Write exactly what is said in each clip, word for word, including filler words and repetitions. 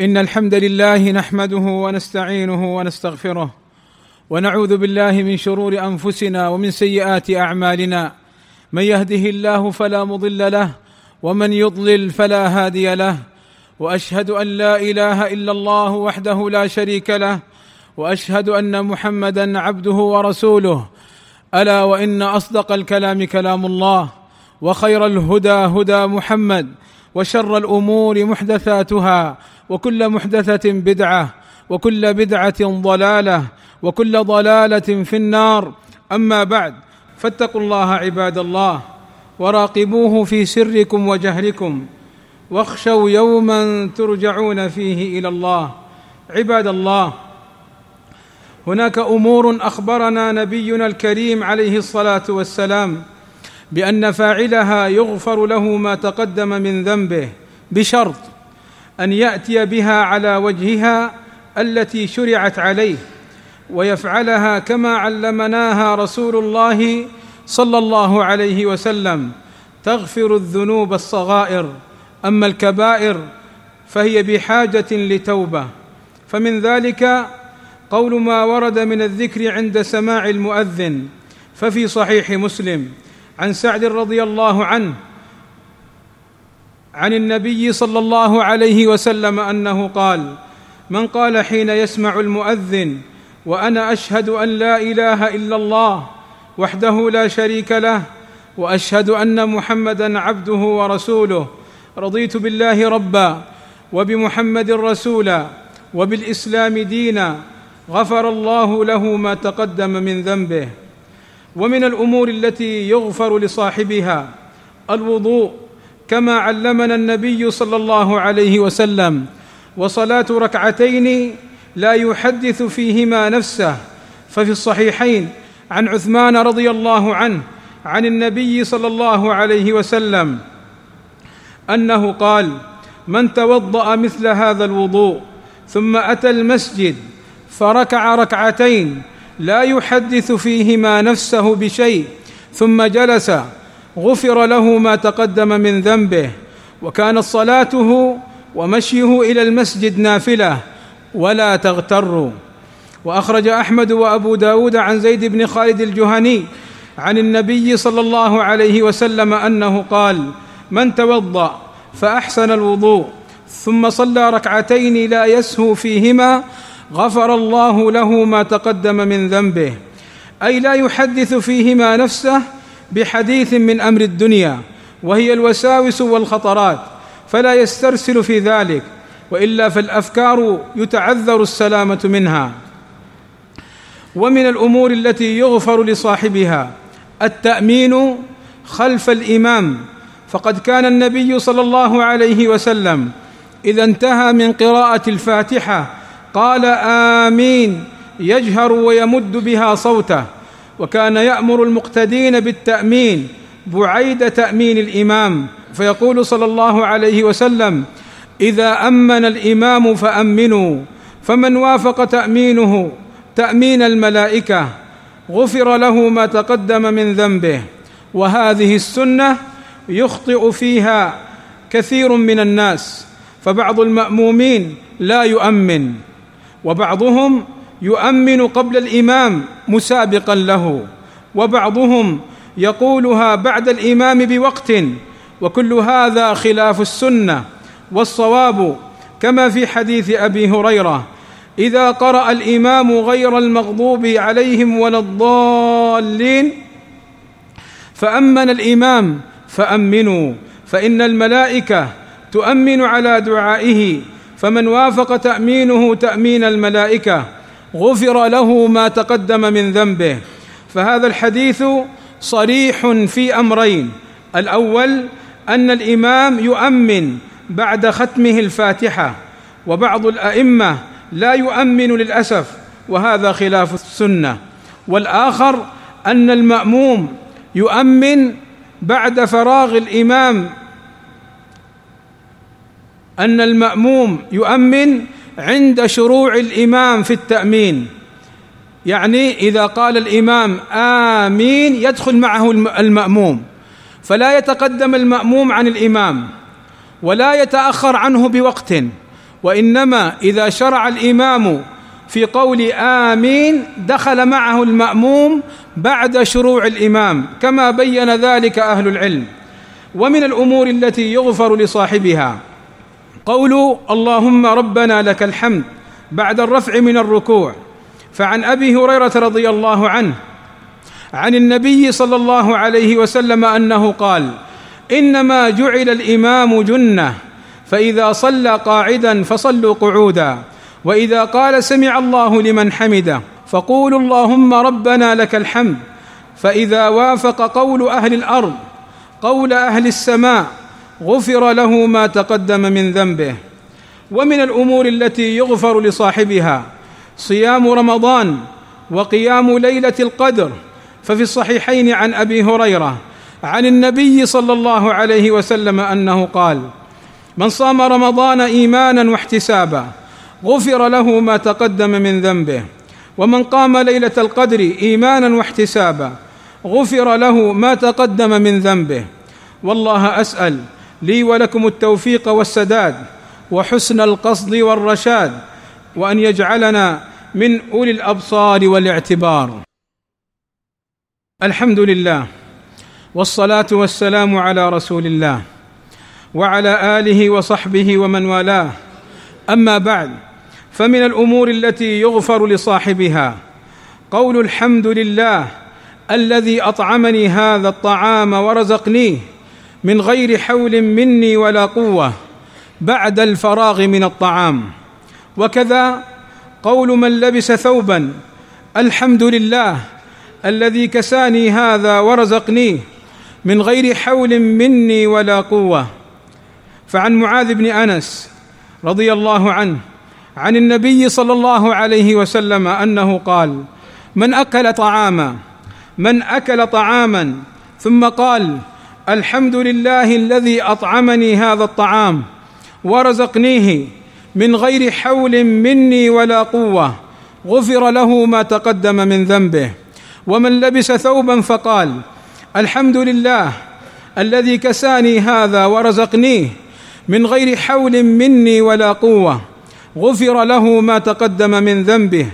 إن الحمد لله نحمده ونستعينه ونستغفره ونعوذ بالله من شرور أنفسنا ومن سيئات أعمالنا. من يهده الله فلا مضل له ومن يضلل فلا هادي له، وأشهد أن لا إله إلا الله وحده لا شريك له، وأشهد أن محمدا عبده ورسوله. ألا وإن أصدق الكلام كلام الله، وخير الهدى هدى محمد، وشر الأمور محدثاتها، وكل محدثة بدعة، وكل بدعة ضلالة، وكل ضلالة في النار. أما بعد، فاتقوا الله عباد الله، وراقبوه في سركم وجهركم، واخشوا يوما ترجعون فيه إلى الله. عباد الله، هناك أمور أخبرنا نبينا الكريم عليه الصلاة والسلام بأن فاعلها يغفر له ما تقدم من ذنبه، بشرط أن يأتي بها على وجهها التي شرعت عليه، ويفعلها كما علمناها رسول الله صلى الله عليه وسلم: تغفر الذنوب الصغائر، أما الكبائر فهي بحاجة لتوبة. فمن ذلك قول ما ورد من الذكر عند سماع المؤذن، ففي صحيح مسلم عن سعد رضي الله عنه عن النبي صلى الله عليه وسلم أنه قال: من قال حين يسمع المؤذن: وأنا أشهد أن لا إله إلا الله وحده لا شريك له، وأشهد أن محمدا عبده ورسوله، رضيت بالله ربا وبمحمد رسولا وبالإسلام دينا، غفر الله له ما تقدم من ذنبه. ومن الأمور التي يغفر لصاحبها الوضوء، كما علمنا النبي صلى الله عليه وسلم، وصلاة ركعتين لا يحدث فيهما نفسه. ففي الصحيحين عن عثمان رضي الله عنه عن النبي صلى الله عليه وسلم أنه قال: من توضأ مثل هذا الوضوء ثم أتى المسجد فركع ركعتين لا يحدث فيهما نفسه بشيء ثم جلس، غفر له ما تقدم من ذنبه، وكانت صلاته ومشيه إلى المسجد نافلة، ولا تغتروا. وأخرج أحمد وأبو داود عن زيد بن خالد الجهني عن النبي صلى الله عليه وسلم أنه قال: من توضأ فأحسن الوضوء ثم صلى ركعتين لا يسهو فيهما، غفر الله له ما تقدم من ذنبه. أي لا يحدث فيهما نفسه بحديث من أمر الدنيا، وهي الوساوس والخطرات، فلا يسترسل في ذلك، وإلا فالأفكار يتعذر السلامة منها. ومن الأمور التي يغفر لصاحبها التأمين خلف الإمام، فقد كان النبي صلى الله عليه وسلم إذا انتهى من قراءة الفاتحة قال: آمين، يجهر ويمد بها صوته. وكان يأمر المقتدين بالتأمين بعيد تأمين الإمام، فيقول صلى الله عليه وسلم: إذا أمن الإمام فأمنوا، فمن وافق تأمينه تأمين الملائكة غفر له ما تقدم من ذنبه. وهذه السنة يخطئ فيها كثير من الناس، فبعض المأمومين لا يؤمن، وبعضهم يؤمن قبل الإمام مسابقا له، وبعضهم يقولها بعد الإمام بوقت، وكل هذا خلاف السنة. والصواب كما في حديث أبي هريرة: إذا قرأ الإمام غير المغضوب عليهم ولا الضالين فأمن الإمام فأمنوا، فإن الملائكة تؤمن على دعائه، فمن وافق تأمينه تأمين الملائكة غفر له ما تقدم من ذنبه. فهذا الحديث صريح في أمرين: الأول أن الإمام يؤمن بعد ختمه الفاتحة، وبعض الأئمة لا يؤمن للأسف، وهذا خلاف السنة. والآخر أن المأموم يؤمن بعد فراغ الإمام أن المأموم يؤمن عند شروع الإمام في التأمين، يعني إذا قال الإمام آمين يدخل معه المأموم، فلا يتقدم المأموم عن الإمام ولا يتأخر عنه بوقت، وإنما إذا شرع الإمام في قول آمين دخل معه المأموم بعد شروع الإمام، كما بين ذلك أهل العلم. ومن الأمور التي يغفر لصاحبها قول اللهم ربنا لك الحمد بعد الرفع من الركوع، فعن أبي هريرة رضي الله عنه عن النبي صلى الله عليه وسلم أنه قال: إنما جعل الإمام جنة، فإذا صلى قاعدا فصلوا قعودا، وإذا قال سمع الله لمن حمده فقولوا اللهم ربنا لك الحمد، فإذا وافق قول أهل الأرض قول أهل السماء غفر له ما تقدم من ذنبه. ومن الأمور التي يغفر لصاحبها صيام رمضان وقيام ليلة القدر، ففي الصحيحين عن أبي هريرة عن النبي صلى الله عليه وسلم أنه قال: من صام رمضان إيمانا واحتسابا غفر له ما تقدم من ذنبه، ومن قام ليلة القدر إيمانا واحتسابا غفر له ما تقدم من ذنبه. والله أسأل لي ولكم التوفيق والسداد وحسن القصد والرشاد، وأن يجعلنا من أولي الأبصار والاعتبار. الحمد لله، والصلاة والسلام على رسول الله وعلى آله وصحبه ومن والاه. أما بعد، فمن الأمور التي يغفر لصاحبها قول الحمد لله الذي أطعمني هذا الطعام ورزقنيه من غير حول مني ولا قوة بعد الفراغ من الطعام. وكذا قول من لبس ثوبا: الحمد لله الذي كساني هذا ورزقنيه من غير حول مني ولا قوة. فعن معاذ بن أنس رضي الله عنه عن النبي صلى الله عليه وسلم أنه قال: من أكل طعاما من أكل طعاما ثم قال: الحمد لله الذي أطعمني هذا الطعام ورزقنيه من غير حول مني ولا قوة غفر له ما تقدم من ذنبه. ومن لبس ثوبا فقال: الحمد لله الذي كساني هذا ورزقنيه من غير حول مني ولا قوة غفر له ما تقدم من ذنبه.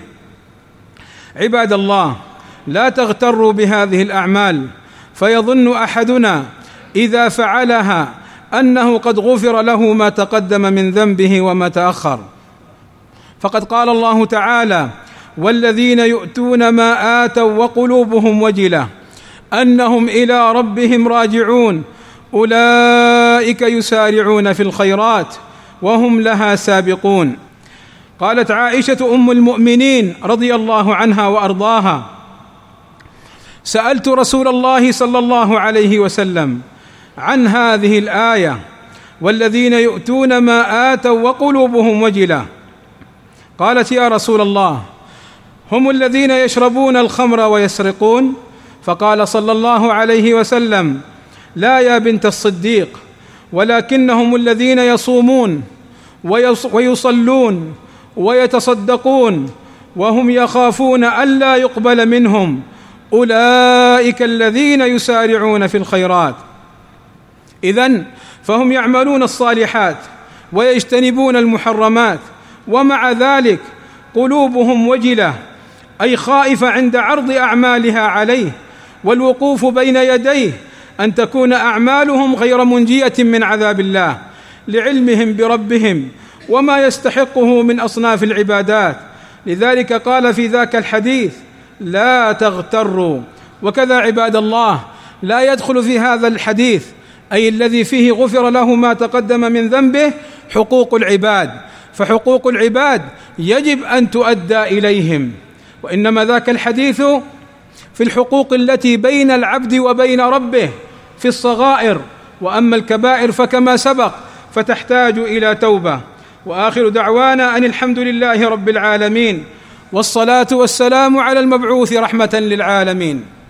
عباد الله، لا تغتروا بهذه الأعمال فيظن أحدنا إذا فعلها أنه قد غفر له ما تقدم من ذنبه وما تأخر، فقد قال الله تعالى: والذين يؤتون ما آتوا وقلوبهم وجلة أنهم إلى ربهم راجعون أولئك يسارعون في الخيرات وهم لها سابقون. قالت عائشة أم المؤمنين رضي الله عنها وأرضاها: سألت رسول الله صلى الله عليه وسلم عن هذه الآية: والذين يؤتون ما آتوا وقلوبهم وجلة. قالت: يا رسول الله، هم الذين يشربون الخمر ويسرقون؟ فقال صلى الله عليه وسلم: لا يا بنت الصديق، ولكنهم الذين يصومون ويصلون ويتصدقون وهم يخافون ألا يقبل منهم أولئك الذين يسارعون في الخيرات. إذن فهم يعملون الصالحات ويجتنبون المحرمات، ومع ذلك قلوبهم وجلة، أي خائفة عند عرض أعمالها عليه والوقوف بين يديه أن تكون أعمالهم غير منجية من عذاب الله، لعلمهم بربهم وما يستحقه من أصناف العبادات. لذلك قال في ذاك الحديث: لا تغتروا. وكذا عباد الله، لا يدخل في هذا الحديث أي الذي فيه غفر له ما تقدم من ذنبه حقوق العباد، فحقوق العباد يجب أن تؤدى إليهم، وإنما ذاك الحديث في الحقوق التي بين العبد وبين ربه في الصغائر، وأما الكبائر فكما سبق فتحتاج إلى توبة. وآخر دعوانا أن الحمد لله رب العالمين، والصلاة والسلام على المبعوث رحمة للعالمين.